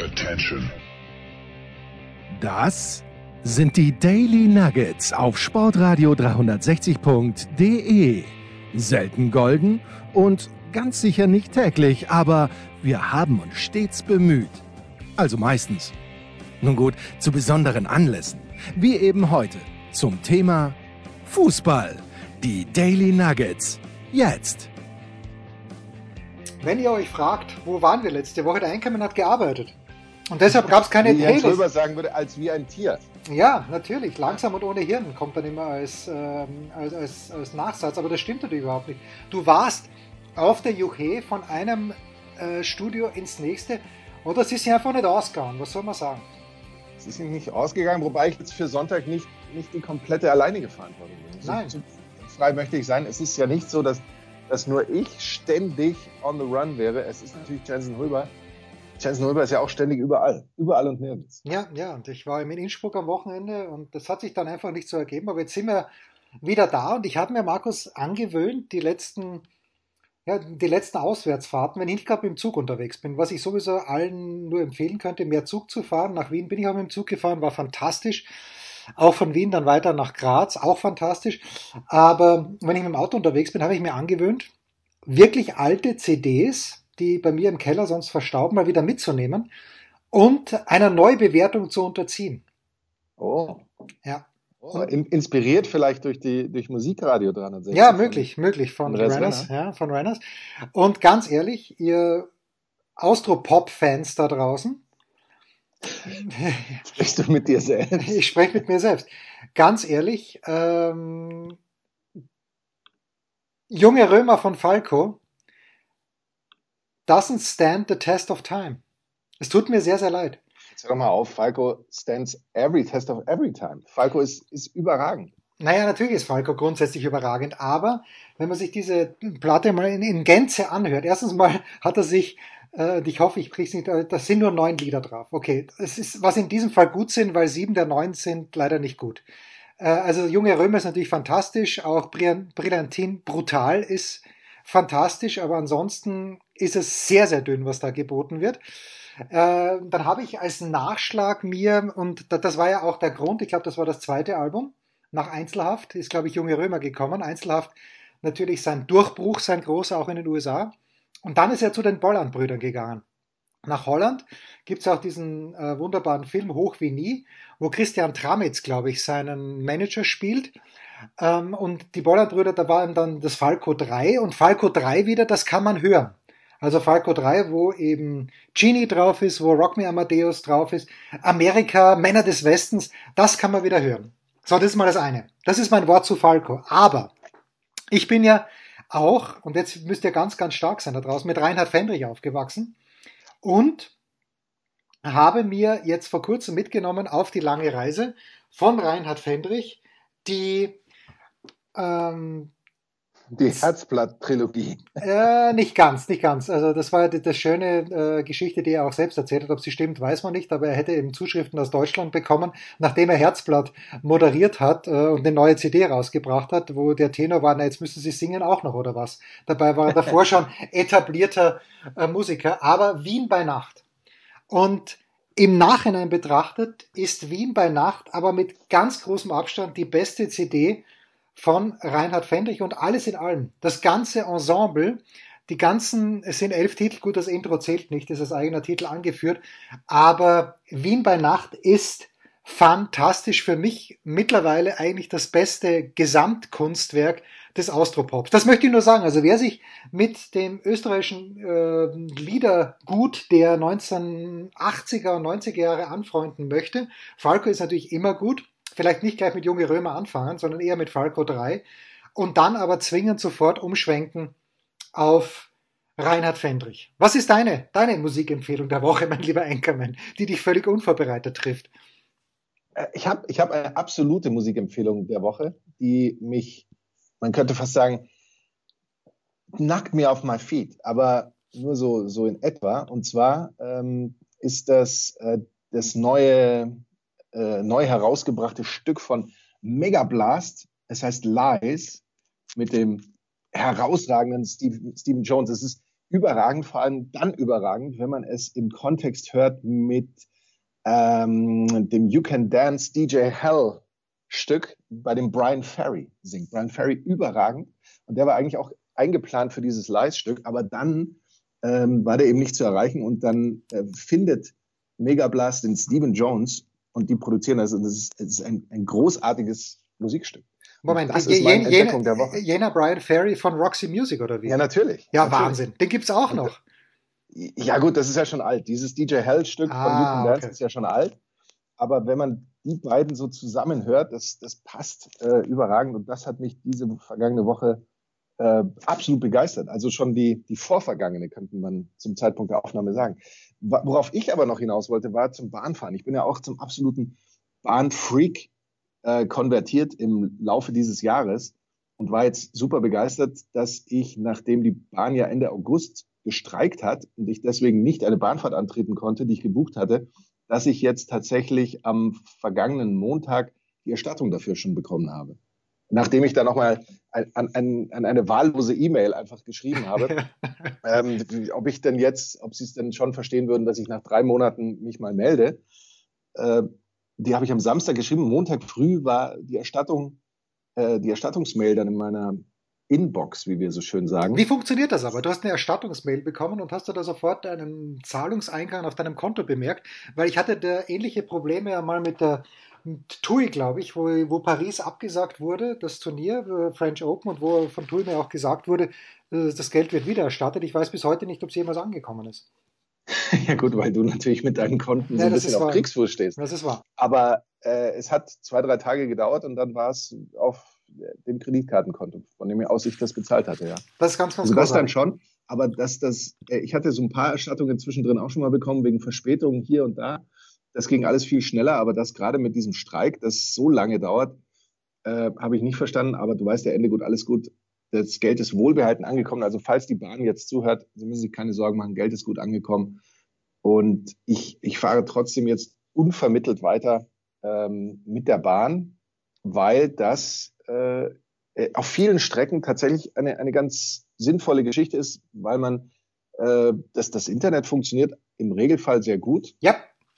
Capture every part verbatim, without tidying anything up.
Attention. Das sind die Daily Nuggets auf Sportradio dreihundertsechzig Punkt de. Selten golden und ganz sicher nicht täglich, aber wir haben uns stets bemüht. Also meistens. Nun gut, zu besonderen Anlässen, wie eben heute, zum Thema Fußball. Die Daily Nuggets. Jetzt. Wenn ihr euch fragt, wo waren wir letzte Woche, der Einkommen hat gearbeitet. Und deshalb gab es keine Wie Jens Playlist. Röber sagen würde, als wie ein Tier. Ja, natürlich. Langsam und ohne Hirn kommt dann immer als, ähm, als, als, als Nachsatz. Aber das stimmt natürlich überhaupt nicht. Du warst auf der Juche von einem äh, Studio ins nächste und das ist ja einfach nicht ausgegangen. Was soll man sagen? Es ist nicht ausgegangen, wobei ich jetzt für Sonntag nicht, nicht die komplette alleinige Verantwortung bin. Nein. So, so frei möchte ich sein. Es ist ja nicht so, dass, dass nur ich ständig on the run wäre. Es ist natürlich Jensen Röber. Jensen Röber ist ja auch ständig überall. Überall und nirgends. Ja, ja. Und ich war in Innsbruck am Wochenende und das hat sich dann einfach nicht so ergeben. Aber jetzt sind wir wieder da und ich habe mir, Markus, angewöhnt, die letzten, ja, die letzten Auswärtsfahrten, wenn ich nicht gerade mit dem Zug unterwegs bin, was ich sowieso allen nur empfehlen könnte, mehr Zug zu fahren. Nach Wien bin ich auch mit dem Zug gefahren, war fantastisch. Auch von Wien dann weiter nach Graz, auch fantastisch. Aber wenn ich mit dem Auto unterwegs bin, habe ich mir angewöhnt, wirklich alte C Ds, die bei mir im Keller sonst verstauben, mal wieder mitzunehmen und einer Neubewertung zu unterziehen. Oh. Ja. Oh, in, inspiriert vielleicht durch die durch Musikradio dreihundertsechzig. Ja, möglich, möglich von Andreas Renners, Renner. ja, von Renners. Und ganz ehrlich, ihr Austro-Pop-Fans da draußen, Sprichst du mit dir selbst? ich spreche mit mir selbst. Ganz ehrlich, ähm, junge Römer von Falco doesn't stand the test of time. Es tut mir sehr, sehr leid. Jetzt hör doch mal auf, Falco stands every test of every time. Falco ist, ist überragend. Naja, natürlich ist Falco grundsätzlich überragend, aber wenn man sich diese Platte mal in, in Gänze anhört, erstens mal hat er sich, äh, ich hoffe, ich krieg's nicht, äh, das sind nur neun Lieder drauf. Okay, es ist, was in diesem Fall gut sind, weil sieben der neun sind leider nicht gut. Äh, also Junge Römer ist natürlich fantastisch, auch Brillantin brutal ist fantastisch, aber ansonsten ist es sehr, sehr dünn, was da geboten wird. Äh, dann habe ich als Nachschlag mir, und das war ja auch der Grund, ich glaube, das war das zweite Album, nach Einzelhaft, ist, glaube ich, Junge Römer gekommen. Einzelhaft natürlich sein Durchbruch, sein großer, auch in den U S A. Und dann ist er zu den Bolland-Brüdern gegangen. Nach Holland gibt es auch diesen äh, wunderbaren Film Hoch wie nie, wo Christian Tramitz, glaube ich, seinen Manager spielt. Ähm, und die Bolland-Brüder, da waren dann das Falco drei und Falco drei wieder, das kann man hören. Also Falco drei, wo eben Genie drauf ist, wo Rock Me Amadeus drauf ist, Amerika, Männer des Westens, das kann man wieder hören. So, das ist mal das eine. Das ist mein Wort zu Falco. Aber ich bin ja auch, und jetzt müsst ihr ganz, ganz stark sein da draußen, mit Reinhard Fendrich aufgewachsen und habe mir jetzt vor kurzem mitgenommen auf die lange Reise von Reinhard Fendrich die ähm, Die Herzblatt-Trilogie. Äh, nicht ganz, nicht ganz. Also das war die, die schöne äh, Geschichte, die er auch selbst erzählt hat. Ob sie stimmt, weiß man nicht, aber er hätte eben Zuschriften aus Deutschland bekommen, nachdem er Herzblatt moderiert hat äh, und eine neue C D rausgebracht hat, wo der Tenor war, na jetzt müssen Sie singen auch noch, oder was? Dabei war er davor schon etablierter äh, Musiker, aber Wien bei Nacht. Und im Nachhinein betrachtet ist Wien bei Nacht aber mit ganz großem Abstand die beste C D von Reinhard Fendrich und alles in allem. Das ganze Ensemble, die ganzen, es sind elf Titel, gut, das Intro zählt nicht, ist als eigener Titel angeführt, aber Wien bei Nacht ist fantastisch, für mich mittlerweile eigentlich das beste Gesamtkunstwerk des Austropops. Das möchte ich nur sagen. Also wer sich mit dem österreichischen äh, Liedergut der neunzehnhundertachtziger und neunziger Jahre anfreunden möchte, Falco ist natürlich immer gut, vielleicht nicht gleich mit Junge Römer anfangen, sondern eher mit Falco drei und dann aber zwingend sofort umschwenken auf Reinhard Fendrich. Was ist deine, deine Musikempfehlung der Woche, mein lieber Anchorman, die dich völlig unvorbereitet trifft? Ich habe ich hab eine absolute Musikempfehlung der Woche, die mich, man könnte fast sagen, knackt mir auf my feet, aber nur so, so in etwa. Und zwar ähm, ist das äh, das neue Äh, neu herausgebrachte Stück von Mega Blast. Es heißt Lies mit dem herausragenden Steve, Stephen Jones. Es ist überragend, vor allem dann überragend, wenn man es im Kontext hört mit ähm, dem You Can Dance D J Hell Stück, bei dem Brian Ferry singt. Brian Ferry überragend. Und der war eigentlich auch eingeplant für dieses Live-Stück, aber dann ähm, war der eben nicht zu erreichen und dann äh, findet Megablast den Stephen Jones und die produzieren das. Und das ist, das ist ein, ein großartiges Musikstück. Moment, und das ist meine jener, Entdeckung der Woche. Jener Brian Ferry von Roxy Music oder wie? Ja, natürlich. Ja, natürlich. Wahnsinn. Den gibt's auch noch. Ja gut, das ist ja schon alt. Dieses D J Hell-Stück ah, von You Can Dance okay. ist ja schon alt. Aber wenn man die beiden so zusammenhört, das, das passt äh, überragend. Und das hat mich diese vergangene Woche äh, absolut begeistert. Also schon die, die vorvergangene, könnte man zum Zeitpunkt der Aufnahme sagen. Worauf ich aber noch hinaus wollte, war zum Bahnfahren. Ich bin ja auch zum absoluten Bahnfreak äh, konvertiert im Laufe dieses Jahres und war jetzt super begeistert, dass ich, nachdem die Bahn ja Ende August gestreikt hat und ich deswegen nicht eine Bahnfahrt antreten konnte, die ich gebucht hatte, dass ich jetzt tatsächlich am vergangenen Montag die Erstattung dafür schon bekommen habe. Nachdem ich dann nochmal an, an, an eine wahllose E-Mail einfach geschrieben habe, ähm, ob ich denn jetzt, ob sie es denn schon verstehen würden, dass ich nach drei Monaten mich mal melde. Äh, die habe ich am Samstag geschrieben. Montag früh war die Erstattung, äh, die Erstattungsmail dann in meiner Inbox, wie wir so schön sagen. Wie funktioniert das aber? Du hast eine Erstattungsmail bekommen und hast du da sofort einen Zahlungseingang auf deinem Konto bemerkt? Weil ich hatte da ähnliche Probleme ja mal mit der mit T U I, glaube ich, wo, wo Paris abgesagt wurde, das Turnier, French Open, und wo von T U I mir auch gesagt wurde, das Geld wird wieder erstattet. Ich weiß bis heute nicht, ob es jemals angekommen ist. Ja gut, weil du natürlich mit deinen Konten so ja, ein bisschen auf Kriegsfuß stehst. Das ist wahr. Aber äh, es hat zwei, drei Tage gedauert und dann war es auf dem Kreditkartenkonto, von dem aus ich das bezahlt hatte, ja. Das ist ganz, ganz Also das großartig. Dann schon, aber dass das, ich hatte so ein paar Erstattungen zwischendrin auch schon mal bekommen, wegen Verspätungen hier und da. Das ging alles viel schneller, aber das gerade mit diesem Streik, das so lange dauert, äh, habe ich nicht verstanden. Aber du weißt ja, Ende gut, alles gut. Das Geld ist wohlbehalten angekommen. Also falls die Bahn jetzt zuhört, Sie müssen sich keine Sorgen machen, Geld ist gut angekommen. Und ich, ich fahre trotzdem jetzt unvermittelt weiter ähm, mit der Bahn, weil das äh, auf vielen Strecken tatsächlich eine, eine ganz sinnvolle Geschichte ist, weil man äh, dass das Internet funktioniert im Regelfall sehr gut. Ja.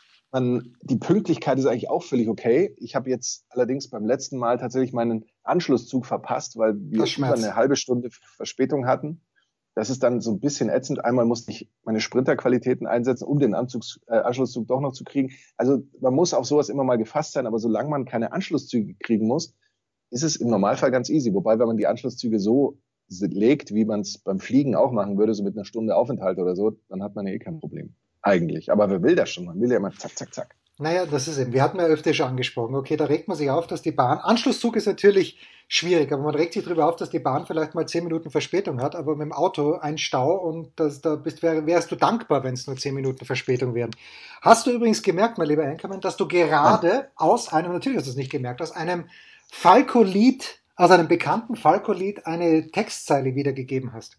Man, die Pünktlichkeit ist eigentlich auch völlig okay. Ich habe jetzt allerdings beim letzten Mal tatsächlich meinen Anschlusszug verpasst, weil wir über eine halbe Stunde Verspätung hatten. Das ist dann so ein bisschen ätzend. Einmal musste ich meine Sprinterqualitäten einsetzen, um den Anzugs, äh, Anschlusszug doch noch zu kriegen. Also man muss auf sowas immer mal gefasst sein, aber solange man keine Anschlusszüge kriegen muss, ist es im Normalfall ganz easy. Wobei, wenn man die Anschlusszüge so legt, wie man es beim Fliegen auch machen würde, so mit einer Stunde Aufenthalt oder so, dann hat man ja eh kein Problem. Eigentlich. Aber wer will das schon? Man will ja immer zack, zack, zack. Naja, das ist eben. Wir hatten ja öfter schon angesprochen. Okay, da regt man sich auf, dass die Bahn, Anschlusszug ist natürlich schwierig, aber man regt sich darüber auf, dass die Bahn vielleicht mal zehn Minuten Verspätung hat, aber mit dem Auto ein Stau und das, da bist, wär, wärst du dankbar, wenn es nur zehn Minuten Verspätung wären. Hast du übrigens gemerkt, mein lieber Anchorman, dass du gerade ja. aus einem, natürlich hast du es nicht gemerkt, aus einem Falco-Lied, aus einem bekannten Falco-Lied eine Textzeile wiedergegeben hast?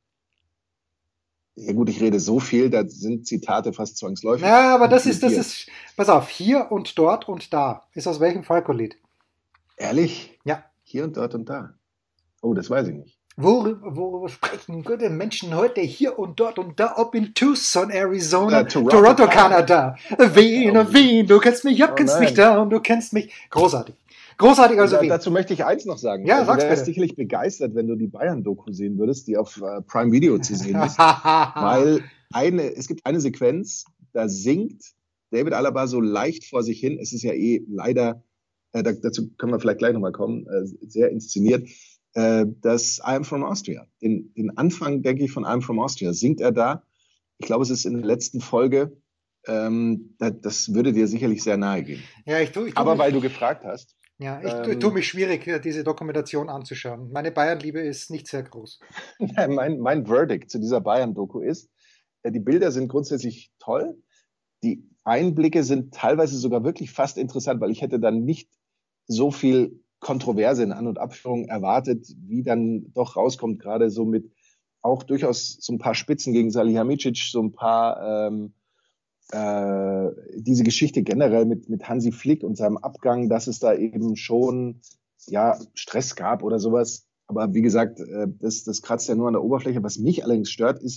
Ja gut, ich rede so viel, da sind Zitate fast zwangsläufig. Ja, aber das ist, das ist, pass auf, hier und dort und da. Ist aus welchem Falco-Lied? Ehrlich? Ja. Hier und dort und da. Oh, das weiß ich nicht. Worüber, worüber sprechen gute Menschen heute hier und dort und da, ob in Tucson, Arizona, äh, Toronto, Toronto, Kanada, Wien, oh, Wien, du kennst mich, ja, oh, kennst nein. mich da und du kennst mich. Großartig. Großartig, also da, Wien. Dazu möchte ich eins noch sagen. Ja, also, sag's du wärst bitte. sicherlich begeistert, wenn du die Bayern-Doku sehen würdest, die auf äh, Prime Video zu sehen ist. Weil eine, es gibt eine Sequenz, da singt David Alaba so leicht vor sich hin. Es ist ja eh leider, äh, da, dazu können wir vielleicht gleich nochmal kommen, äh, sehr inszeniert, äh, das I Am From Austria. Den, den Anfang, denke ich, von I Am From Austria singt er da. Ich glaube, es ist in der letzten Folge. Ähm, das, das würde dir sicherlich sehr nahe gehen. Ja, ich tu, ich tu Aber mich, weil du gefragt hast. Ja, ich ähm, tue mich schwierig, diese Dokumentation anzuschauen. Meine Bayern-Liebe ist nicht sehr groß. mein, mein Verdict zu dieser Bayern-Doku ist, äh, die Bilder sind grundsätzlich toll. Die Einblicke sind teilweise sogar wirklich fast interessant, weil ich hätte dann nicht so viel Kontroverse in An- und Abführung erwartet, wie dann doch rauskommt, gerade so mit auch durchaus so ein paar Spitzen gegen Salihamidzic, so ein paar ähm, äh, diese Geschichte generell mit, mit Hansi Flick und seinem Abgang, dass es da eben schon ja, Stress gab oder sowas. Aber wie gesagt, äh, das, das kratzt ja nur an der Oberfläche. Was mich allerdings stört, ist,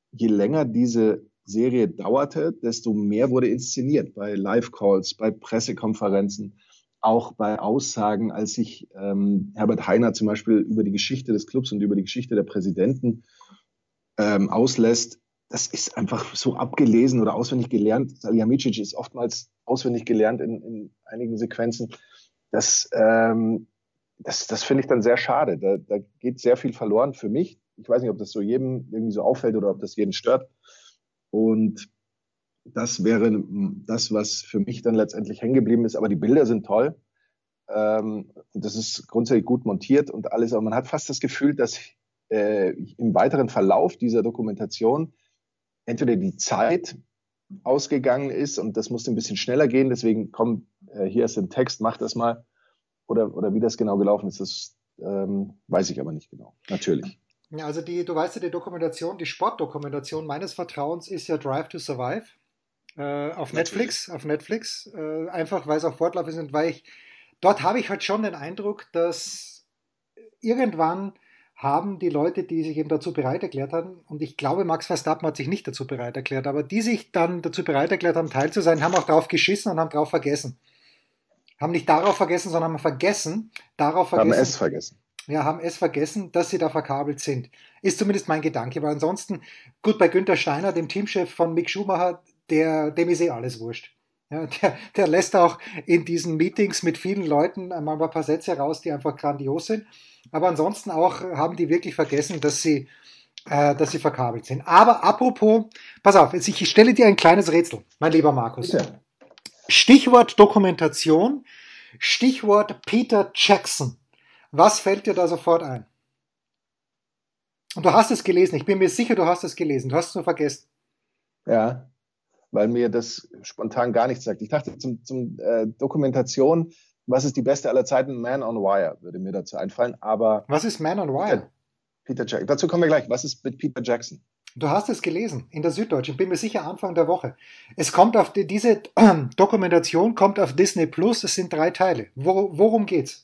je länger diese Serie dauerte, desto mehr wurde inszeniert bei Live-Calls, bei Pressekonferenzen, auch bei Aussagen, als sich ähm, Herbert Hainer zum Beispiel über die Geschichte des Clubs und über die Geschichte der Präsidenten ähm, auslässt. Das ist einfach so abgelesen oder auswendig gelernt. Salihamidzic ist oftmals auswendig gelernt in, in einigen Sequenzen. Das, ähm, das, das finde ich dann sehr schade. Da, da geht sehr viel verloren für mich. Ich weiß nicht, ob das so jedem irgendwie so auffällt oder ob das jeden stört. Und das wäre das, was für mich dann letztendlich hängen geblieben ist. Aber die Bilder sind toll. Ähm, das ist grundsätzlich gut montiert und alles. Aber man hat fast das Gefühl, dass äh, im weiteren Verlauf dieser Dokumentation entweder die Zeit ausgegangen ist und das musste ein bisschen schneller gehen. Deswegen komm, äh, hier ist ein Text, mach das mal. Oder, oder wie das genau gelaufen ist, das ähm, weiß ich aber nicht genau. Natürlich. Ja, also die, du weißt ja, die Dokumentation, die Sportdokumentation meines Vertrauens ist ja Drive to Survive äh, auf Netflix, auf Netflix, äh, einfach weil es auch Fortlauf ist und weil ich, dort habe ich halt schon den Eindruck, dass irgendwann haben die Leute, die sich eben dazu bereit erklärt haben, und ich glaube, Max Verstappen hat sich nicht dazu bereit erklärt, aber die sich dann dazu bereit erklärt haben, Teil zu sein, haben auch drauf geschissen und haben drauf vergessen. Haben nicht darauf vergessen, sondern haben vergessen, darauf vergessen. Haben es vergessen. Ja, haben es vergessen, dass sie da verkabelt sind. Ist zumindest mein Gedanke. Aber ansonsten, gut, bei Günther Steiner, dem Teamchef von Mick Schumacher, der, dem ist eh alles wurscht. Ja, der, der lässt auch in diesen Meetings mit vielen Leuten einmal ein paar Sätze raus, die einfach grandios sind. Aber ansonsten auch haben die wirklich vergessen, dass sie, äh, dass sie verkabelt sind. Aber apropos, pass auf, jetzt ich stelle dir ein kleines Rätsel, mein lieber Markus. Bitte. Stichwort Dokumentation, Stichwort Peter Jackson. Was fällt dir da sofort ein? Und du hast es gelesen. Ich bin mir sicher, du hast es gelesen. Du hast es nur vergessen. Ja, weil mir das spontan gar nichts sagt. Ich dachte zum, zum äh, Dokumentation, was ist die beste aller Zeiten? Man on Wire würde mir dazu einfallen. Aber was ist Man on Wire? Peter, Peter Jackson. Dazu kommen wir gleich. Was ist mit Peter Jackson? Du hast es gelesen in der Süddeutschen. Ich bin mir sicher Anfang der Woche. Es kommt auf die, diese äh, Dokumentation kommt auf Disney Plus. Es sind drei Teile. Wor, worum geht's?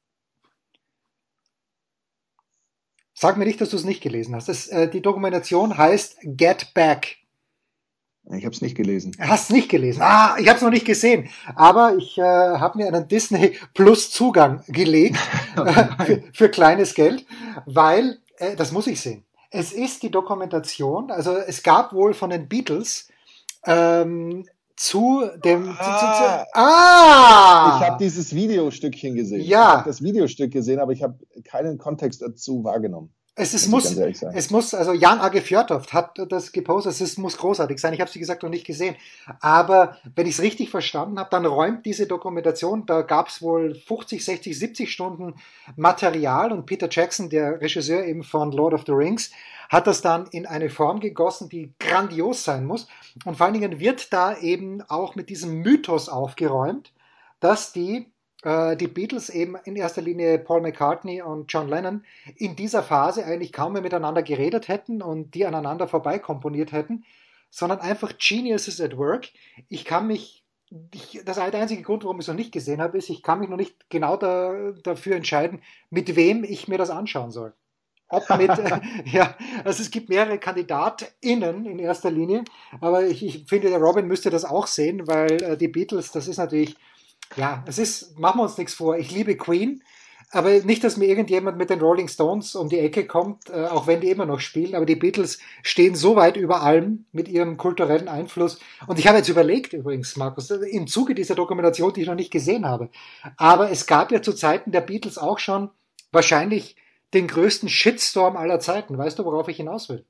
Sag mir nicht, dass du es nicht gelesen hast. Das, äh, die Dokumentation heißt Get Back. Ich habe es nicht gelesen. Hast es nicht gelesen? Ah, ich habe es noch nicht gesehen. Aber ich äh, habe mir einen Disney Plus Zugang gelegt äh, für, für kleines Geld, weil, äh, das muss ich sehen. Es ist die Dokumentation, also es gab wohl von den Beatles ähm, zu dem... Ah, zu, zu, zu, ah! Ich habe dieses Videostückchen gesehen. Ja. Ich habe das Videostück gesehen, aber ich habe keinen Kontext dazu wahrgenommen. Es, es, muss, es muss, also Jan Age Fjørtoft hat das gepostet, es muss großartig sein. Ich habe es, wie gesagt, noch nicht gesehen. Aber wenn ich es richtig verstanden habe, dann räumt diese Dokumentation, da gab es wohl fünfzig, sechzig, siebzig Stunden Material und Peter Jackson, der Regisseur eben von Lord of the Rings, hat das dann in eine Form gegossen, die grandios sein muss. Und vor allen Dingen wird da eben auch mit diesem Mythos aufgeräumt, dass die die Beatles eben in erster Linie Paul McCartney und John Lennon in dieser Phase eigentlich kaum mehr miteinander geredet hätten und die aneinander vorbei komponiert hätten, sondern einfach Geniuses at Work. Ich kann mich, ich, das der einzige Grund, warum ich es noch nicht gesehen habe, ist, ich kann mich noch nicht genau da, dafür entscheiden, mit wem ich mir das anschauen soll. Ob mit, äh, ja, also es gibt mehrere KandidatInnen in erster Linie, aber ich, ich finde, der Robin müsste das auch sehen, weil äh, die Beatles, das ist natürlich ja, es ist, machen wir uns nichts vor, ich liebe Queen, aber nicht, dass mir irgendjemand mit den Rolling Stones um die Ecke kommt, äh, auch wenn die immer noch spielen, aber die Beatles stehen so weit über allem mit ihrem kulturellen Einfluss. Und ich habe jetzt überlegt übrigens, Markus, im Zuge dieser Dokumentation, die ich noch nicht gesehen habe, aber es gab ja zu Zeiten der Beatles auch schon wahrscheinlich den größten Shitstorm aller Zeiten. Weißt du, worauf ich hinaus will?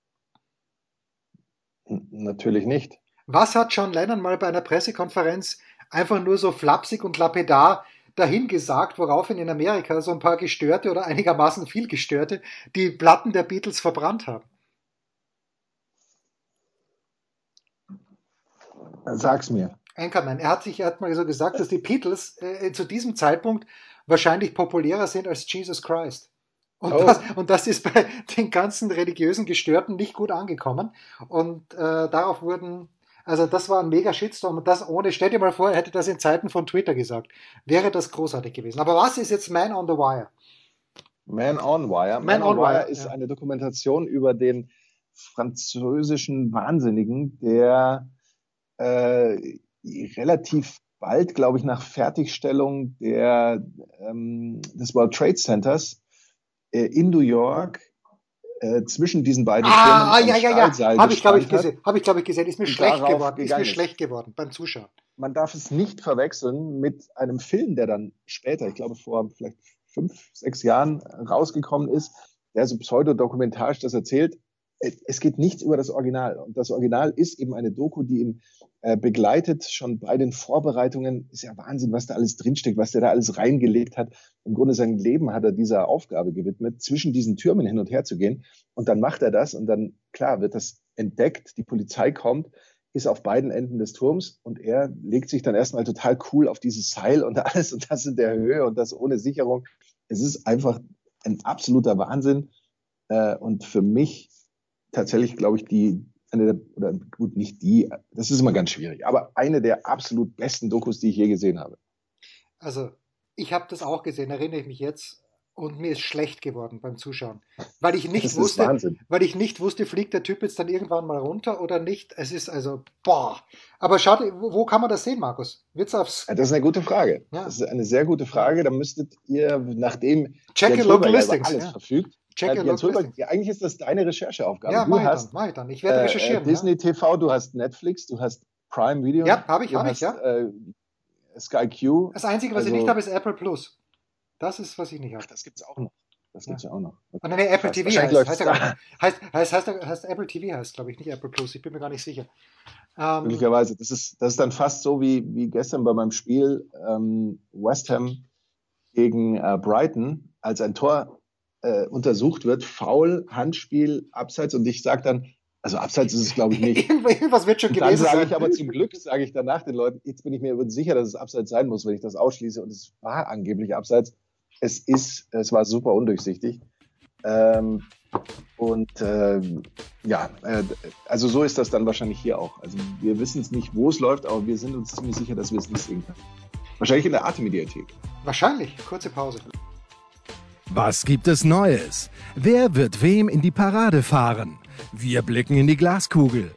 Natürlich nicht. Was hat John Lennon mal bei einer Pressekonferenz einfach nur so flapsig und lapidar dahingesagt, woraufhin in Amerika so ein paar Gestörte oder einigermaßen viel Gestörte die Platten der Beatles verbrannt haben? Sag's mir. Anchorman, er hat sich, er hat mal so gesagt, dass die Beatles äh, zu diesem Zeitpunkt wahrscheinlich populärer sind als Jesus Christ. Und, oh. das, und das ist bei den ganzen religiösen Gestörten nicht gut angekommen. Und äh, darauf wurden Also das war ein mega Shitstorm und das ohne, stell dir mal vor, er hätte das in Zeiten von Twitter gesagt. Wäre das großartig gewesen. Aber was ist jetzt Man on the Wire? Man on Wire. Man, Man on, on Wire, Wire ist ja. eine Dokumentation über den französischen Wahnsinnigen, der äh, relativ bald, glaube ich, nach Fertigstellung der, ähm, des World Trade Centers äh, in New York äh, zwischen diesen beiden Türmen Ah, ah am ja, ja, ja. Stahlseil Habe ich, glaube ich, gespannt hat gesehen. Habe ich, glaube ich, gesehen. Ist mir und schlecht darauf geworden. Ist mir gegangen ist. schlecht geworden beim Zuschauen. Man darf es nicht verwechseln mit einem Film, der dann später, ich glaube vor vielleicht fünf, sechs Jahren rausgekommen ist, der so pseudodokumentarisch das erzählt. Es geht nichts über das Original. Und das Original ist eben eine Doku, die ihn äh, begleitet, schon bei den Vorbereitungen. Ist ja Wahnsinn, was da alles drinsteckt, was der da alles reingelegt hat. Im Grunde sein Leben hat er dieser Aufgabe gewidmet, zwischen diesen Türmen hin und her zu gehen. Und dann macht er das und dann, klar, wird das entdeckt. Die Polizei kommt, ist auf beiden Enden des Turms und er legt sich dann erstmal total cool auf dieses Seil und alles und das in der Höhe und das ohne Sicherung. Es ist einfach ein absoluter Wahnsinn. Äh, und für mich tatsächlich, glaube ich, die, eine der, oder gut, nicht die, das ist immer ganz schwierig, aber eine der absolut besten Dokus, die ich je gesehen habe. Also, ich habe das auch gesehen, erinnere ich mich jetzt, und mir ist schlecht geworden beim Zuschauen. Weil ich nicht Das ist wusste, Wahnsinn. weil ich nicht wusste, fliegt der Typ jetzt dann irgendwann mal runter oder nicht. Es ist also, boah. Aber schaut, wo, wo kann man das sehen, Markus? Wird's aufs. Ja, das ist eine gute Frage. Ja. Das ist eine sehr gute Frage. Da müsstet ihr, nachdem Check Jens your local Holberg ja über listings, alles ja. verfügt, Check äh, your Jens local Holberg, listings. ja, eigentlich ist das deine Rechercheaufgabe. Ja, du mach ich hast dann, mach ich dann. Ich werde äh, recherchieren. Disney Ja, T V, du hast Netflix, du hast Prime Video, ja habe ich, du habe ich, hast ja. äh, Sky Q. Das Einzige, was also, ich nicht habe, ist Apple Plus. Das ist, was ich nicht habe. Ach, das gibt's auch noch. Das gibt's ja, ja auch noch. Okay. Oh, nee, Apple Krass. T V Wahrscheinlich heißt, heißt, ja läuft's gar nicht, heißt, heißt, heißt, heißt Apple T V heißt, glaube ich, nicht Apple Plus. Ich bin mir gar nicht sicher. Ähm, Möglicherweise. Das ist, das ist dann fast so wie, wie gestern bei meinem Spiel ähm, West Ham gegen äh, Brighton, als ein Tor äh, untersucht wird, Foul, Handspiel, Abseits und ich sage dann, also Abseits ist es glaube ich nicht. Irgendwas wird schon Und dann gewesen sage sein. ich aber zum Glück, sage ich danach den Leuten, jetzt bin ich mir sicher, dass es Abseits sein muss, wenn ich das ausschließe und es war angeblich Abseits. Es ist, es war super undurchsichtig. Ähm, und äh, ja, äh, also so ist das dann wahrscheinlich hier auch. Also wir wissen es nicht, wo es läuft, aber wir sind uns ziemlich sicher, dass wir es nicht sehen können. Wahrscheinlich in der Arte-Mediathek. Wahrscheinlich. Kurze Pause. Was gibt es Neues? Wer wird wem in die Parade fahren? Wir blicken in die Glaskugel.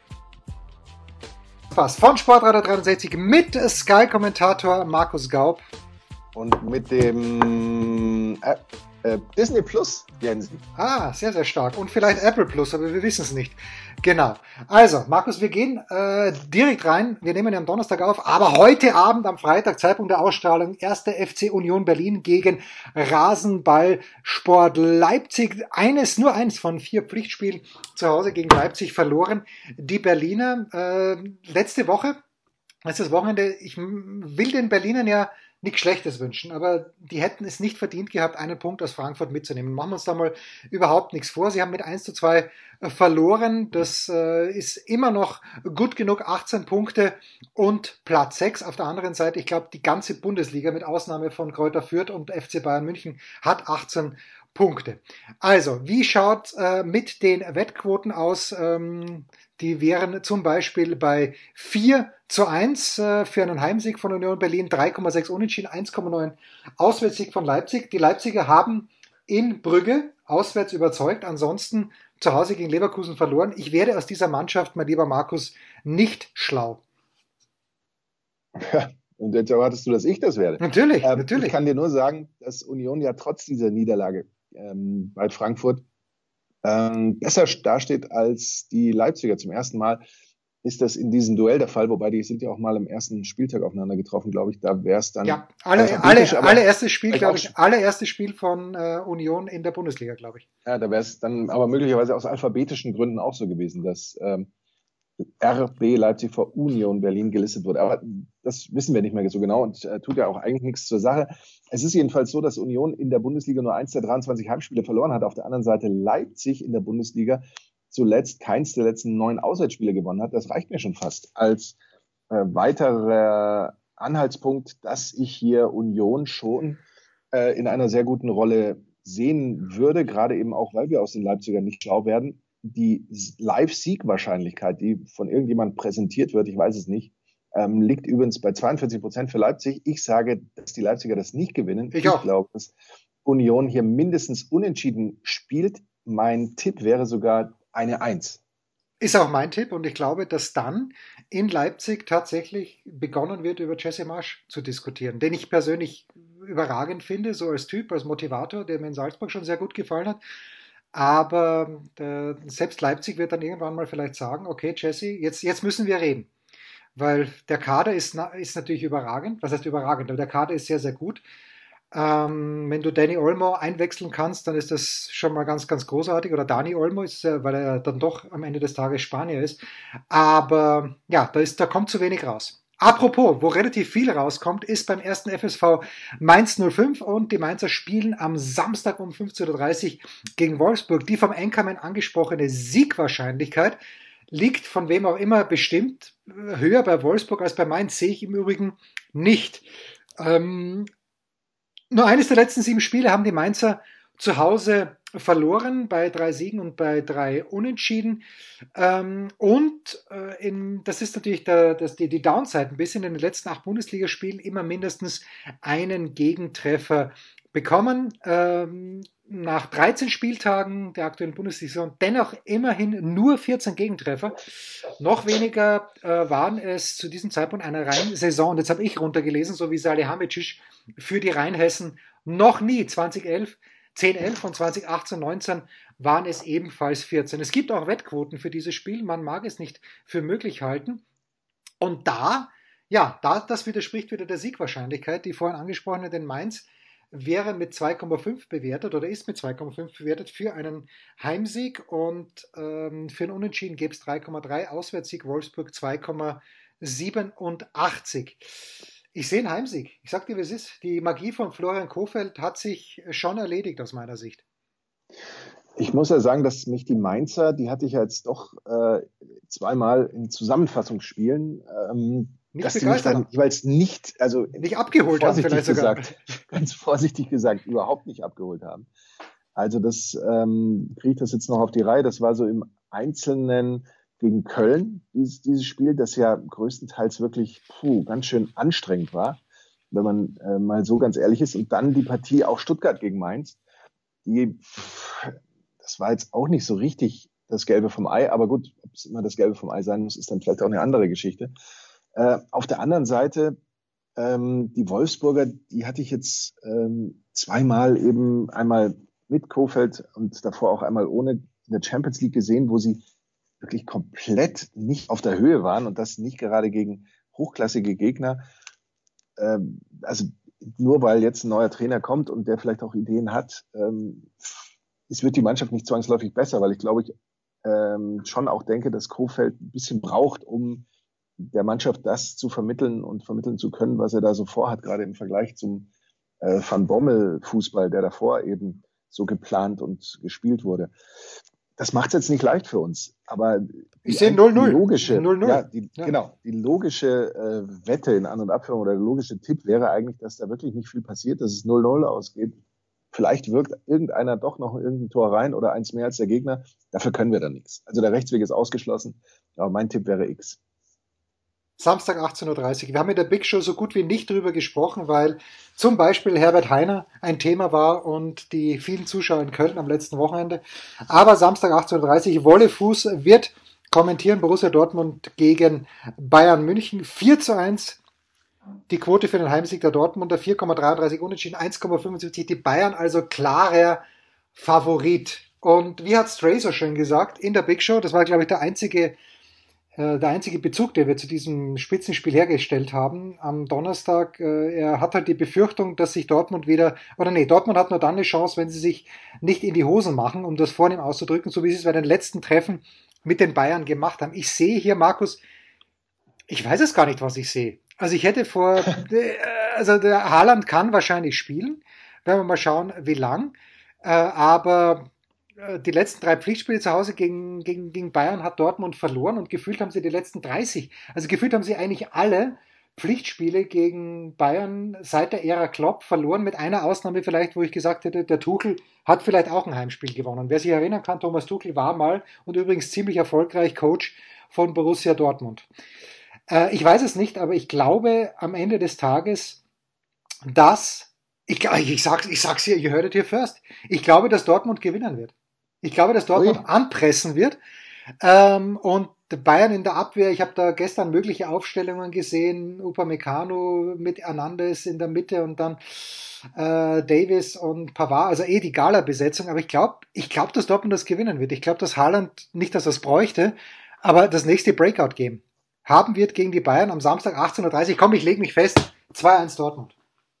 Was von Sportradio dreiundsechzig mit Sky-Kommentator Markus Gaub. Und mit dem äh, äh, Disney Plus, Jensen. Ah, sehr, sehr stark. Und vielleicht Apple Plus, aber wir wissen es nicht. Genau. Also, Markus, wir gehen äh, direkt rein. Wir nehmen ja am Donnerstag auf, aber heute Abend, am Freitag, Zeitpunkt der Ausstrahlung, erster F C Union Berlin gegen Rasenballsport Leipzig. Eines, nur eins von vier Pflichtspielen zu Hause gegen Leipzig verloren. Die Berliner äh, letzte Woche, letztes Wochenende, ich will den Berlinern ja nichts Schlechtes wünschen, aber die hätten es nicht verdient gehabt, einen Punkt aus Frankfurt mitzunehmen. Machen wir uns da mal überhaupt nichts vor. Sie haben mit eins zu zwei verloren. Das äh, ist immer noch gut genug, achtzehn Punkte und Platz sechs. Auf der anderen Seite, ich glaube, die ganze Bundesliga mit Ausnahme von Kräuter Fürth und F C Bayern München hat achtzehn Punkte. Also, wie schaut äh, mit den Wettquoten aus? Ähm, die wären zum Beispiel bei vier zu eins äh, für einen Heimsieg von Union Berlin, drei Komma sechs Unentschieden, eins Komma neun Auswärtssieg von Leipzig. Die Leipziger haben in Brügge auswärts überzeugt, ansonsten zu Hause gegen Leverkusen verloren. Ich werde aus dieser Mannschaft, mein lieber Markus, nicht schlau. Ja, und jetzt erwartest du, dass ich das werde. Natürlich, ähm, natürlich. Ich kann dir nur sagen, dass Union ja trotz dieser Niederlage ähm, bei Frankfurt ähm, besser dasteht als die Leipziger. Zum ersten Mal ist das in diesem Duell der Fall, wobei die sind ja auch mal am ersten Spieltag aufeinander getroffen, glaube ich. Da wäre es dann. Ja, alle, alphabetisch, alle, aber allererstes Spiel, vielleicht glaube auch- ich, allererstes Spiel von äh, Union in der Bundesliga, glaube ich. Ja, da wäre es dann aber möglicherweise aus alphabetischen Gründen auch so gewesen, dass ähm, R B Leipzig vor Union Berlin gelistet wurde. Aber das wissen wir nicht mehr so genau und äh, tut ja auch eigentlich nichts zur Sache. Es ist jedenfalls so, dass Union in der Bundesliga nur eins der dreiundzwanzig Heimspiele verloren hat. Auf der anderen Seite Leipzig in der Bundesliga zuletzt keins der letzten neun Auswärtsspiele gewonnen hat. Das reicht mir schon fast als äh, weiterer Anhaltspunkt, dass ich hier Union schon äh, in einer sehr guten Rolle sehen würde, gerade eben auch, weil wir aus den Leipzigern nicht schlau werden. Die Live-Sieg-Wahrscheinlichkeit, die von irgendjemand präsentiert wird, ich weiß es nicht, ähm, liegt übrigens bei zweiundvierzig Prozent für Leipzig. Ich sage, dass die Leipziger das nicht gewinnen. Ich auch. glaube, dass Union hier mindestens unentschieden spielt. Mein Tipp wäre sogar eine Eins. Ist auch mein Tipp und ich glaube, dass dann in Leipzig tatsächlich begonnen wird, über Jesse Marsch zu diskutieren, den ich persönlich überragend finde, so als Typ, als Motivator, der mir in Salzburg schon sehr gut gefallen hat. Aber äh, selbst Leipzig wird dann irgendwann mal vielleicht sagen, okay, Jesse, jetzt, jetzt müssen wir reden. Weil der Kader ist, ist natürlich überragend. Was heißt überragend? Aber der Kader ist sehr, sehr gut. Ähm, wenn du Danny Olmo einwechseln kannst, dann ist das schon mal ganz, ganz großartig. Oder Dani Olmo, ist, weil er dann doch am Ende des Tages Spanier ist. Aber ja, da, ist, da kommt zu wenig raus. Apropos, wo relativ viel rauskommt, ist beim ersten F S V Mainz null fünf und die Mainzer spielen am Samstag um fünfzehn Uhr dreißig gegen Wolfsburg. Die vom Anchorman angesprochene Siegwahrscheinlichkeit liegt von wem auch immer bestimmt höher bei Wolfsburg als bei Mainz, sehe ich im Übrigen nicht. Ähm, nur eines der letzten sieben Spiele haben die Mainzer zu Hause verloren, bei drei Siegen und bei drei Unentschieden. Ähm, und äh, in, das ist natürlich der, das, die, die Downside ein bisschen, in den letzten acht Bundesligaspielen immer mindestens einen Gegentreffer bekommen. Ähm, nach dreizehn Spieltagen der aktuellen Bundesliga dennoch immerhin nur vierzehn Gegentreffer. Noch weniger äh, waren es zu diesem Zeitpunkt einer reinen Saison. Und jetzt habe ich runtergelesen, so wie Salihamidzic, für die Rheinhessen noch nie. zwanzig elf, zehn elf und zwanzig achtzehn neunzehn waren es ebenfalls vierzehn. Es gibt auch Wettquoten für dieses Spiel. Man mag es nicht für möglich halten. Und da, ja, da, das widerspricht wieder der Siegwahrscheinlichkeit, die vorhin angesprochene, denn Mainz wäre mit zwei Komma fünf bewertet oder ist mit zwei Komma fünf bewertet für einen Heimsieg und ähm, für einen Unentschieden gäbe es drei Komma drei, Auswärtssieg Wolfsburg zwei Komma siebenundachtzig. Ich sehe einen Heimsieg. Ich sag dir, wie es ist. Die Magie von Florian Kohfeldt hat sich schon erledigt aus meiner Sicht. Ich muss ja sagen, dass mich die Mainzer, die hatte ich jetzt doch äh, zweimal in Zusammenfassungsspielen, ähm, nicht dass die mich dann jeweils nicht, also nicht abgeholt haben, vielleicht sogar. Gesagt, ganz vorsichtig gesagt, überhaupt nicht abgeholt haben. Also das ähm, kriege ich das jetzt noch auf die Reihe. Das war so im Einzelnen gegen Köln, dieses, dieses Spiel, das ja größtenteils wirklich puh, ganz schön anstrengend war, wenn man äh, mal so ganz ehrlich ist. Und dann die Partie auch Stuttgart gegen Mainz, die, das war jetzt auch nicht so richtig das Gelbe vom Ei, aber gut, ob es immer das Gelbe vom Ei sein muss, ist dann vielleicht auch eine andere Geschichte. Äh, auf der anderen Seite, ähm, die Wolfsburger, die hatte ich jetzt ähm, zweimal eben einmal mit Kohfeldt und davor auch einmal ohne in der Champions League gesehen, wo sie wirklich komplett nicht auf der Höhe waren und das nicht gerade gegen hochklassige Gegner. Ähm, also nur weil jetzt ein neuer Trainer kommt und der vielleicht auch Ideen hat, ähm, es wird die Mannschaft nicht zwangsläufig besser, weil ich glaube, ich ähm, schon auch denke, dass Kohfeldt ein bisschen braucht, um der Mannschaft das zu vermitteln und vermitteln zu können, was er da so vorhat, gerade im Vergleich zum äh, Van Bommel-Fußball, der davor eben so geplant und gespielt wurde. Das macht es jetzt nicht leicht für uns, aber ich sehe null null. Die logische, null null. Ja, die, ja. Genau, die logische äh, Wette in An- und Abführung oder der logische Tipp wäre eigentlich, dass da wirklich nicht viel passiert, dass es null null ausgeht. Vielleicht wirkt irgendeiner doch noch irgendein Tor rein oder eins mehr als der Gegner. Dafür können wir dann nichts. Also der Rechtsweg ist ausgeschlossen, aber mein Tipp wäre X. Samstag achtzehn Uhr dreißig. Wir haben in der Big Show so gut wie nicht drüber gesprochen, weil zum Beispiel Herbert Hainer ein Thema war und die vielen Zuschauer in Köln am letzten Wochenende. Aber Samstag achtzehn Uhr dreißig, Wolle Fuß wird kommentieren Borussia Dortmund gegen Bayern München. vier zu eins die Quote für den Heimsieg der Dortmunder, vier Komma dreiunddreißig Unentschieden, eins Komma fünfundsiebzig die Bayern, also klarer Favorit. Und wie hat Stray so schön gesagt in der Big Show, das war, glaube ich, der einzige Der einzige Bezug, den wir zu diesem Spitzenspiel hergestellt haben am Donnerstag, er hat halt die Befürchtung, dass sich Dortmund wieder, oder nee, Dortmund hat nur dann eine Chance, wenn sie sich nicht in die Hosen machen, um das vornehm auszudrücken, so wie sie es bei den letzten Treffen mit den Bayern gemacht haben. Ich sehe hier, Markus, ich weiß es gar nicht, was ich sehe. Also ich hätte vor, also der Haaland kann wahrscheinlich spielen, werden wir mal schauen, wie lang, aber die letzten drei Pflichtspiele zu Hause gegen, gegen, gegen Bayern hat Dortmund verloren und gefühlt haben sie die letzten dreißig, also gefühlt haben sie eigentlich alle Pflichtspiele gegen Bayern seit der Ära Klopp verloren, mit einer Ausnahme vielleicht, wo ich gesagt hätte, der Tuchel hat vielleicht auch ein Heimspiel gewonnen. Wer sich erinnern kann, Thomas Tuchel war mal und übrigens ziemlich erfolgreich Coach von Borussia Dortmund. Äh, ich weiß es nicht, aber ich glaube am Ende des Tages, dass, ich, ich, sag's, ich sag's hier, you heard it here first, ich glaube, dass Dortmund gewinnen wird. Ich glaube, dass Dortmund Ui. anpressen wird. Ähm, und Bayern in der Abwehr, ich habe da gestern mögliche Aufstellungen gesehen, Upamecano mit Hernandez in der Mitte und dann äh, Davis und Pavard, also eh die Gala-Besetzung, aber ich glaube, ich glaube, dass Dortmund das gewinnen wird. Ich glaube, dass Haaland, nicht, dass er es bräuchte, aber das nächste Breakout-Game haben wird gegen die Bayern am Samstag achtzehn Uhr dreißig. Komm, ich lege mich fest, zwei eins Dortmund.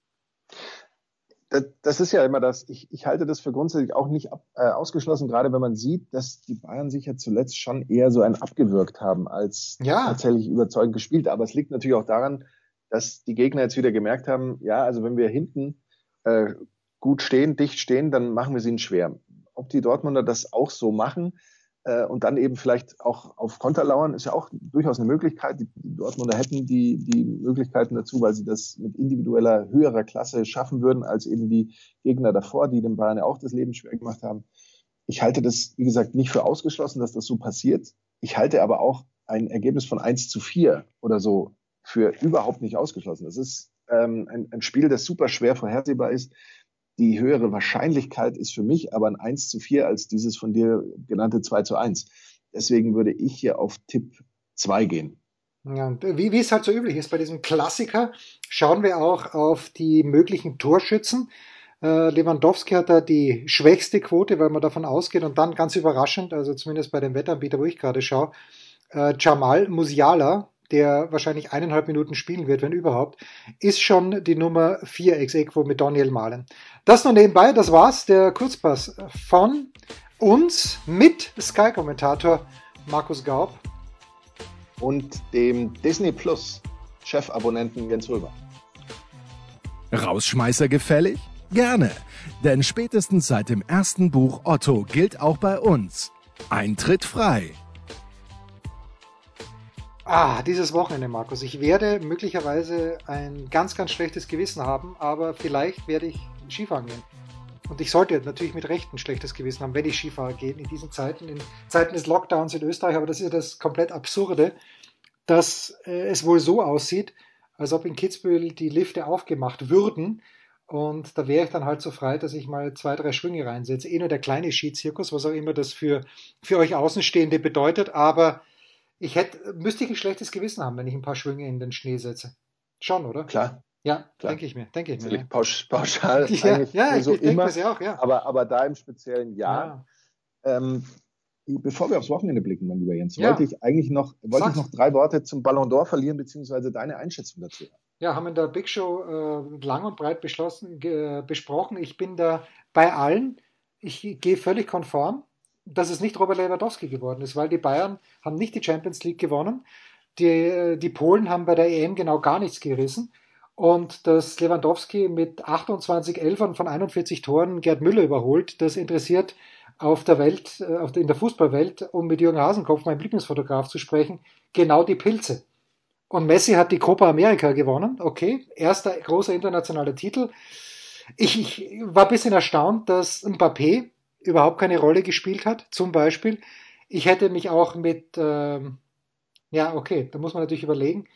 Das ist ja immer das, ich, ich halte das für grundsätzlich auch nicht ab, äh, ausgeschlossen, gerade wenn man sieht, dass die Bayern sich ja zuletzt schon eher so ein abgewürgt haben, als Ja. tatsächlich überzeugend gespielt. Aber es liegt natürlich auch daran, dass die Gegner jetzt wieder gemerkt haben, ja, also wenn wir hinten äh, gut stehen, dicht stehen, dann machen wir es ihnen schwer. Ob die Dortmunder das auch so machen, äh, und dann eben vielleicht auch auf Konter lauern, ist ja auch durchaus eine Möglichkeit. Die, die Dortmunder hätten die, die Möglichkeiten dazu, weil sie das mit individueller, höherer Klasse schaffen würden, als eben die Gegner davor, die den Bayern ja auch das Leben schwer gemacht haben. Ich halte das, wie gesagt, nicht für ausgeschlossen, dass das so passiert. Ich halte aber auch ein Ergebnis von eins zu vier oder so für überhaupt nicht ausgeschlossen. Das ist ähm, ein, ein Spiel, das super schwer vorhersehbar ist. Die höhere Wahrscheinlichkeit ist für mich aber ein eins zu vier als dieses von dir genannte zwei zu eins. Deswegen würde ich hier auf Tipp zwei gehen. Ja, und wie, wie es halt so üblich ist bei diesem Klassiker, schauen wir auch auf die möglichen Torschützen. Äh, Lewandowski hat da die schwächste Quote, weil man davon ausgeht, und dann ganz überraschend, also zumindest bei dem Wettanbieter, wo ich gerade schaue, äh, Jamal Musiala, der wahrscheinlich eineinhalb Minuten spielen wird, wenn überhaupt, ist schon die Nummer vier ex aequo mit Daniel Mahlen. Das nur nebenbei, das war's, der Kurzpass von uns mit Sky-Kommentator Markus Gaub und dem Disney Plus Chefabonnenten Jens Röber. Rausschmeißer gefällig? Gerne, denn spätestens seit dem ersten Buch Otto gilt auch bei uns: Eintritt frei. Ah, dieses Wochenende, Markus. Ich werde möglicherweise ein ganz, ganz schlechtes Gewissen haben, aber vielleicht werde ich Skifahren gehen. Und ich sollte natürlich mit Recht ein schlechtes Gewissen haben, wenn ich Skifahren gehe in diesen Zeiten, in Zeiten des Lockdowns in Österreich. Aber das ist ja das komplett Absurde, dass äh, es wohl so aussieht, als ob in Kitzbühel die Lifte aufgemacht würden. Und da wäre ich dann halt so frei, dass ich mal zwei, drei Schwünge reinsetze. Eh nur der kleine Skizirkus, was auch immer das für, für euch Außenstehende bedeutet. Aber ich hätte, müsste ich ein schlechtes Gewissen haben, wenn ich ein paar Schwünge in den Schnee setze. Schon, oder? Klar. Ja, Klar. denke ich mir, denke ich mir. Ja. Pausch, pauschal ja, eigentlich ja, so ich denke immer, mir ja auch, ja. aber, aber da im speziellen Jahr. Ja. Ähm, bevor wir aufs Wochenende blicken, mein lieber Jens, ja. wollte ich eigentlich noch, wollte ich noch drei Worte zum Ballon d'Or verlieren, beziehungsweise deine Einschätzung dazu. Ja, haben in der Big Show äh, lang und breit beschlossen, äh, besprochen. Ich bin da bei allen. Ich gehe völlig konform, dass es nicht Robert Lewandowski geworden ist, weil die Bayern haben nicht die Champions League gewonnen. Die, die Polen haben bei der E M genau gar nichts gerissen. Und dass Lewandowski mit achtundzwanzig Elfern von einundvierzig Toren Gerd Müller überholt, das interessiert auf der Welt, auf der, in der Fußballwelt, um mit Jürgen Hasenkopf, meinem Lieblingsfotograf, zu sprechen, genau die Pilze. Und Messi hat die Copa America gewonnen, okay, erster großer internationaler Titel. Ich, ich war ein bisschen erstaunt, dass Mbappé überhaupt keine Rolle gespielt hat, zum Beispiel. Ich hätte mich auch mit, ähm, ja, okay, da muss man natürlich überlegen,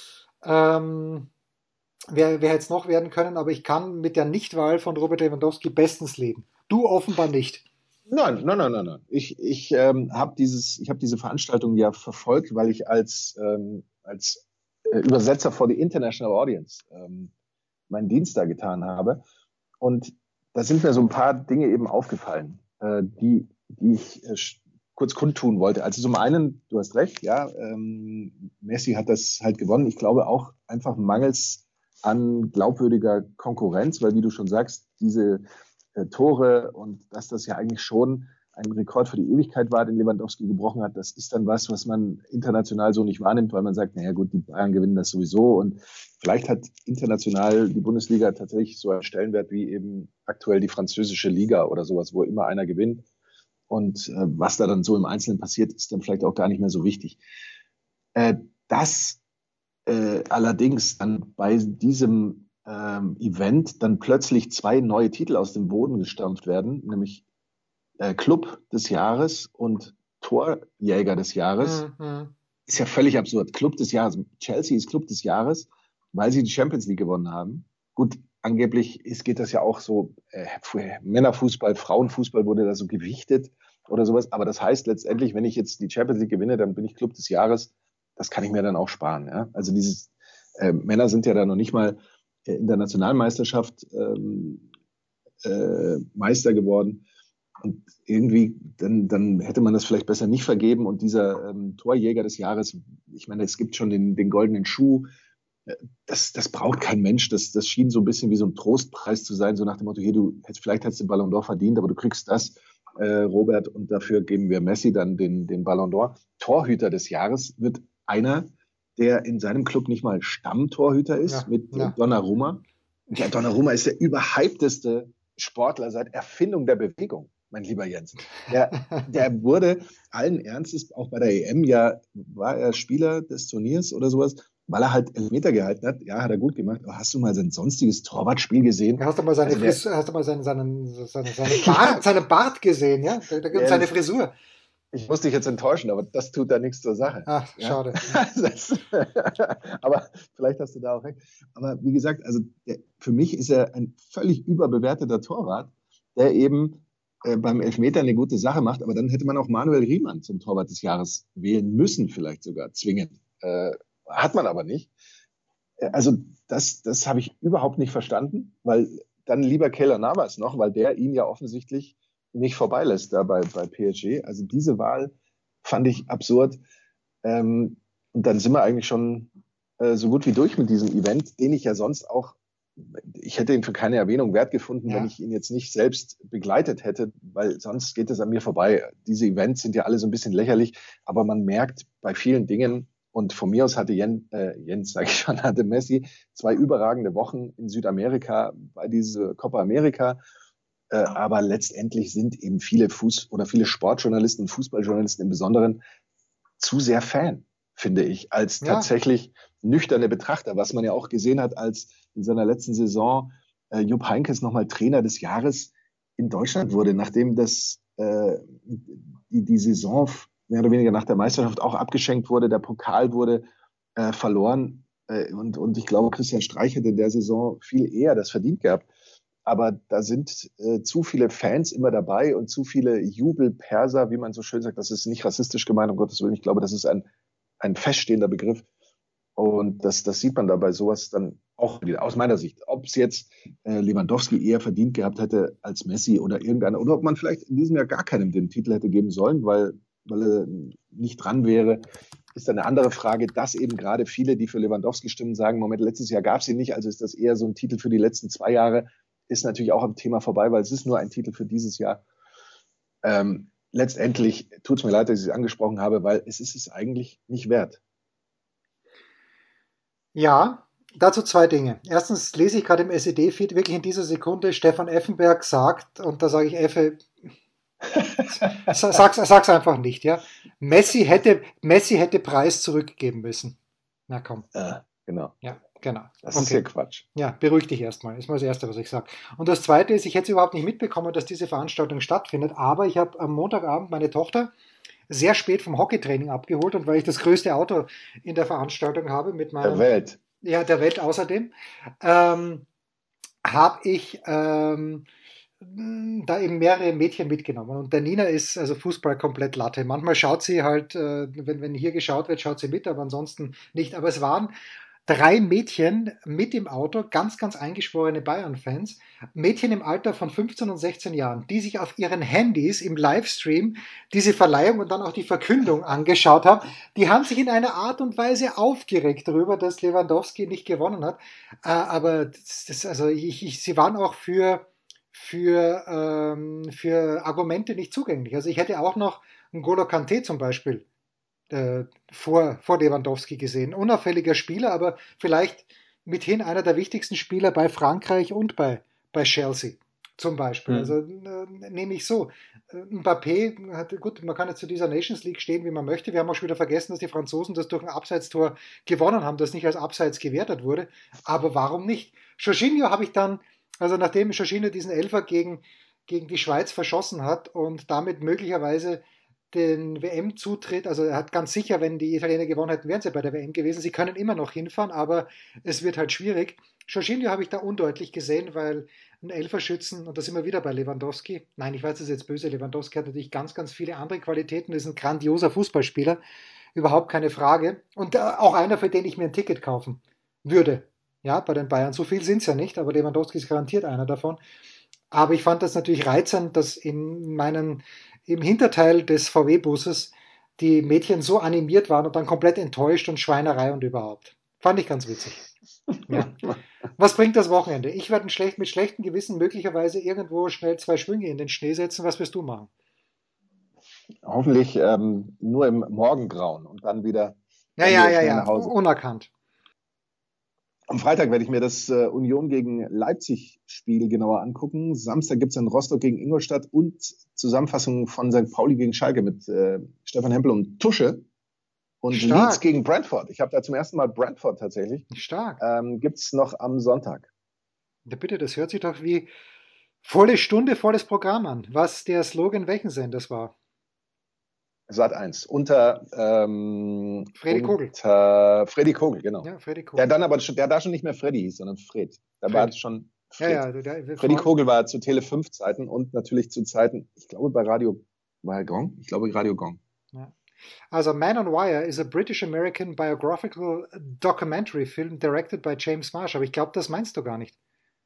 ähm, wer, wer hätte es noch werden können, aber ich kann mit der Nichtwahl von Robert Lewandowski bestens leben. Du offenbar nicht. Nein, nein, nein, nein, nein. Ich, ich ähm, habe dieses, ich habe diese Veranstaltung ja verfolgt, weil ich als ähm, als äh, Übersetzer for the International Audience ähm, meinen Dienst da getan habe. Und da sind mir so ein paar Dinge eben aufgefallen, äh, die, die ich äh, kurz kundtun wollte. Also zum einen, du hast recht, ja, ähm, Messi hat das halt gewonnen. Ich glaube auch einfach mangels an glaubwürdiger Konkurrenz, weil wie du schon sagst, diese äh, Tore und dass das ja eigentlich schon ein Rekord für die Ewigkeit war, den Lewandowski gebrochen hat, das ist dann was, was man international so nicht wahrnimmt, weil man sagt, naja gut, die Bayern gewinnen das sowieso und vielleicht hat international die Bundesliga tatsächlich so einen Stellenwert wie eben aktuell die französische Liga oder sowas, wo immer einer gewinnt und äh, was da dann so im Einzelnen passiert, ist dann vielleicht auch gar nicht mehr so wichtig. Äh, das äh, allerdings dann bei diesem ähm, Event dann plötzlich zwei neue Titel aus dem Boden gestampft werden, nämlich Club des Jahres und Torjäger des Jahres, mhm. ist ja völlig absurd. Club des Jahres. Chelsea ist Club des Jahres, weil sie die Champions League gewonnen haben. Gut, angeblich ist, geht das ja auch so, äh, Männerfußball, Frauenfußball wurde da so gewichtet. oder sowas. Aber das heißt letztendlich, wenn ich jetzt die Champions League gewinne, dann bin ich Club des Jahres. Das kann ich mir dann auch sparen. Ja? Also dieses äh, Männer sind ja da noch nicht mal in der Nationalmeisterschaft ähm, äh, Meister geworden. Und irgendwie, dann, dann hätte man das vielleicht besser nicht vergeben. Und dieser ähm, Torjäger des Jahres, ich meine, es gibt schon den, den goldenen Schuh. Das, das braucht kein Mensch. Das, das schien so ein bisschen wie so ein Trostpreis zu sein, so nach dem Motto, hier, du hättest, vielleicht hättest du den Ballon d'Or verdient, aber du kriegst das, äh, Robert, und dafür geben wir Messi dann den, den Ballon d'Or. Torhüter des Jahres wird einer, der in seinem Club nicht mal Stammtorhüter ist, ja, mit ja. Donnarumma. Der Donnarumma ist der überhypteste Sportler seit Erfindung der Bewegung, mein lieber Jens. Der, der wurde allen Ernstes, auch bei der E M, ja, war er Spieler des Turniers oder sowas, weil er halt Elfmeter gehalten hat. Ja, hat er gut gemacht. Aber hast du mal sein sonstiges Torwartspiel gesehen? Hast du mal seine also Frisur, hast du mal seinen, seinen, seinen, seinen, Bart, seinen Bart gesehen, ja? Da, da gibt es seine Frisur. Ich muss dich jetzt enttäuschen, aber das tut da nichts zur Sache. Ach, ja? Schade. Aber vielleicht hast du da auch recht. Aber wie gesagt, also der, für mich ist er ein völlig überbewerteter Torwart, der eben äh, beim Elfmeter eine gute Sache macht. Aber dann hätte man auch Manuel Riemann zum Torwart des Jahres wählen müssen, vielleicht sogar zwingend. Äh, hat man aber nicht. Also das, das habe ich überhaupt nicht verstanden, weil dann lieber Keylor Navas noch, weil der ihn ja offensichtlich nicht vorbeilässt da bei, bei P S G. Also diese Wahl fand ich absurd. Ähm, und dann sind wir eigentlich schon äh, so gut wie durch mit diesem Event, den ich ja sonst auch, ich hätte ihn für keine Erwähnung wert gefunden, ja. wenn ich ihn jetzt nicht selbst begleitet hätte, weil sonst geht es an mir vorbei. Diese Events sind ja alle so ein bisschen lächerlich, aber man merkt bei vielen Dingen, und von mir aus hatte Jens, äh, Jens sage ich schon, hatte Messi zwei überragende Wochen in Südamerika bei dieser Copa America. Äh, aber letztendlich sind eben viele Fuß- oder viele Sportjournalisten und Fußballjournalisten im Besonderen zu sehr Fan, finde ich, als ja. tatsächlich nüchterne Betrachter, was man ja auch gesehen hat, als in seiner letzten Saison äh, Jupp Heynckes nochmal Trainer des Jahres in Deutschland wurde, nachdem das äh, die, die Saison mehr oder weniger nach der Meisterschaft auch abgeschenkt wurde, der Pokal wurde äh, verloren äh, und, und ich glaube, Christian Streich hätte in der Saison viel eher das verdient gehabt. Aber da sind äh, zu viele Fans immer dabei und zu viele Jubelperser, wie man so schön sagt. Das ist nicht rassistisch gemeint, um Gottes Willen. Ich glaube, das ist ein, ein feststehender Begriff. Und das, das sieht man dabei sowas dann auch wieder, aus meiner Sicht. Ob es jetzt äh, Lewandowski eher verdient gehabt hätte als Messi oder irgendeiner, oder ob man vielleicht in diesem Jahr gar keinem den Titel hätte geben sollen, weil, weil er nicht dran wäre, ist dann eine andere Frage, dass eben gerade viele, die für Lewandowski stimmen, sagen, Moment, letztes Jahr gab es ihn nicht, also ist das eher so ein Titel für die letzten zwei Jahre. Ist natürlich auch am Thema vorbei, weil es ist nur ein Titel für dieses Jahr. Ähm, letztendlich tut es mir leid, dass ich es angesprochen habe, weil es ist es eigentlich nicht wert. Ja, dazu zwei Dinge. Erstens lese ich gerade im S E D-Feed wirklich in dieser Sekunde, Stefan Effenberg sagt, und da sage ich Effe, sag's, sag's einfach nicht, ja. Messi hätte, Messi hätte Preis zurückgeben müssen. Na komm. Ja, genau. Ja. Genau. Das okay. ist ja Quatsch. Ja, beruhig dich erstmal. Das ist mal das Erste, was ich sage. Und das Zweite ist, ich hätte überhaupt nicht mitbekommen, dass diese Veranstaltung stattfindet, aber ich habe am Montagabend meine Tochter sehr spät vom Hockeytraining abgeholt und weil ich das größte Auto in der Veranstaltung habe mit meinem... Der Welt. Ja, der Welt außerdem, ähm, habe ich ähm, da eben mehrere Mädchen mitgenommen. Und der Nina ist also Fußball komplett Latte. Manchmal schaut sie halt, äh, wenn, wenn hier geschaut wird, schaut sie mit, aber ansonsten nicht. Aber es waren drei Mädchen mit im Auto, ganz, ganz eingeschworene Bayern-Fans, Mädchen im Alter von fünfzehn und sechzehn Jahren, die sich auf ihren Handys im Livestream diese Verleihung und dann auch die Verkündung angeschaut haben. Die haben sich in einer Art und Weise aufgeregt darüber, dass Lewandowski nicht gewonnen hat. Äh, aber das, das, also ich, ich, sie waren auch für, für, ähm, für Argumente nicht zugänglich. Also ich hätte auch noch N'Golo Kanté zum Beispiel Äh, vor, vor Lewandowski gesehen. Unauffälliger Spieler, aber vielleicht mithin einer der wichtigsten Spieler bei Frankreich und bei, bei Chelsea zum Beispiel. Mhm. Also äh, nehme ich so. Mbappé hat, gut, man kann jetzt zu dieser Nations League stehen, wie man möchte. Wir haben auch schon wieder vergessen, dass die Franzosen das durch ein Abseitstor gewonnen haben, das nicht als Abseits gewertet wurde. Aber warum nicht? Jorginho habe ich dann, also nachdem Jorginho diesen Elfer gegen, gegen die Schweiz verschossen hat und damit möglicherweise den W M-Zutritt, also er hat ganz sicher, wenn die Italiener gewonnen hätten, wären sie bei der W M gewesen. Sie können immer noch hinfahren, aber es wird halt schwierig. Jorginho habe ich da undeutlich gesehen, weil ein Elferschützen, und das immer wieder bei Lewandowski, nein, ich weiß, das ist jetzt böse, Lewandowski hat natürlich ganz, ganz viele andere Qualitäten, ist ein grandioser Fußballspieler, überhaupt keine Frage. Und auch einer, für den ich mir ein Ticket kaufen würde, ja, bei den Bayern. So viel sind es ja nicht, aber Lewandowski ist garantiert einer davon. Aber ich fand das natürlich reizend, dass in meinen, im Hinterteil des V W-Busses die Mädchen so animiert waren und dann komplett enttäuscht und Schweinerei und überhaupt. Fand ich ganz witzig. Ja. Was bringt das Wochenende? Ich werde schlecht, mit schlechtem Gewissen möglicherweise irgendwo schnell zwei Schwünge in den Schnee setzen. Was wirst du machen? Hoffentlich ähm, nur im Morgengrauen und dann wieder, ja, dann ja, wieder ja, schnell ja, nach Hause. Unerkannt. Am Freitag werde ich mir das äh, Union gegen Leipzig-Spiel genauer angucken. Samstag gibt es dann Rostock gegen Ingolstadt und Zusammenfassung von Sankt Pauli gegen Schalke mit äh, Stefan Hempel und Tusche. Und Stark. Leeds gegen Brentford. Ich habe da zum ersten Mal Brentford tatsächlich. Stark. Ähm, gibt es noch am Sonntag. Ja, bitte, das hört sich doch wie volle Stunde, volles Programm an. Was der Slogan welchen Senders war? Sat eins. Unter ähm, Freddy Kogel. Unter Freddy Kogel, genau. Ja, Freddy Kogel. Der dann aber schon, der da schon nicht mehr Freddy hieß, sondern Fred. Da Fred. war schon Fred. Ja, ja, der, der, Freddy Kogel war zu Tele fünf Zeiten und natürlich zu Zeiten, ich glaube bei Radio, war er Gong? Ich glaube Radio Gong. Ja. Also Man on Wire is a British-American biographical documentary film directed by James Marsh. Aber ich glaube, das meinst du gar nicht.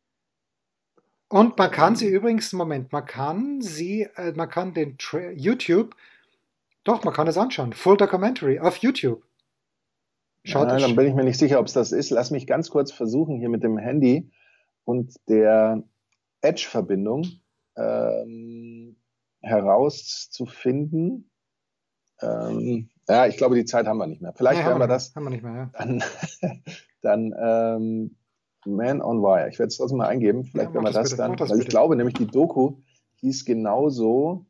Und man kann sie übrigens, Moment, man kann sie, äh, man kann den Tra- YouTube, doch, man kann es anschauen. Full Documentary auf YouTube. Schaut Ja, es. dann bin ich mir nicht sicher, ob es das ist. Lass mich ganz kurz versuchen, hier mit dem Handy und der Edge-Verbindung ähm, herauszufinden. Ähm, ja, ich glaube, die Zeit haben wir nicht mehr. Vielleicht Nee, werden haben wir wir das Haben wir nicht mehr, ja. dann, dann ähm, Man on Wire. Ich werde es trotzdem mal eingeben. Vielleicht Ja, werden mach wir das das bitte, dann, mach das weil ich bitte. glaube nämlich, die Doku hieß genauso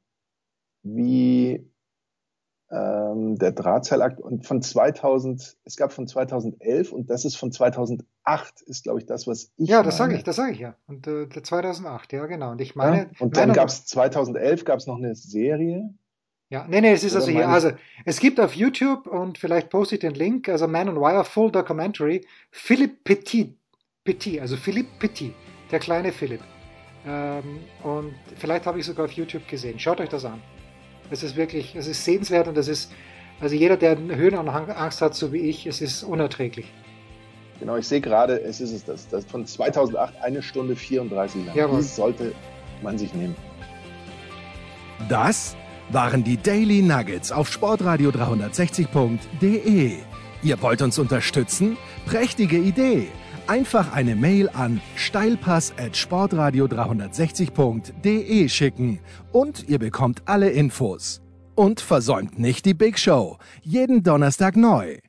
wie ähm, der Drahtseilakt und von zweitausend, es gab von zweitausendelf und das ist von zweitausendacht, ist glaube ich das, was ich Ja, das sage meine. ich, das sage ich ja. Und äh, der zweitausendacht, ja genau. Und ich meine, Ja? Und dann meine- gab es zweitausendelf gab es noch eine Serie. Ja, nee, nee, es ist Oder also hier, meine ich- also es gibt auf YouTube und vielleicht poste ich den Link, also Man on Wire Full Documentary, Philippe Petit, Petit, also Philippe Petit, der kleine Philipp. Ähm, und vielleicht habe ich sogar auf YouTube gesehen. Schaut euch das an. Es ist wirklich, es ist sehenswert und es ist, also jeder, der Höhenangst hat, so wie ich, es ist unerträglich. Genau, ich sehe gerade, es ist es das. Das von zweitausendacht eine Stunde vierunddreißig lang. Jawohl. Die sollte man sich nehmen. Das waren die Daily Nuggets auf sportradio dreihundertsechzig punkt de. Ihr wollt uns unterstützen? Prächtige Idee! Einfach eine Mail an steilpass at sportradio dreihundertsechzig punkt de schicken und ihr bekommt alle Infos. Und versäumt nicht die Big Show. Jeden Donnerstag neu.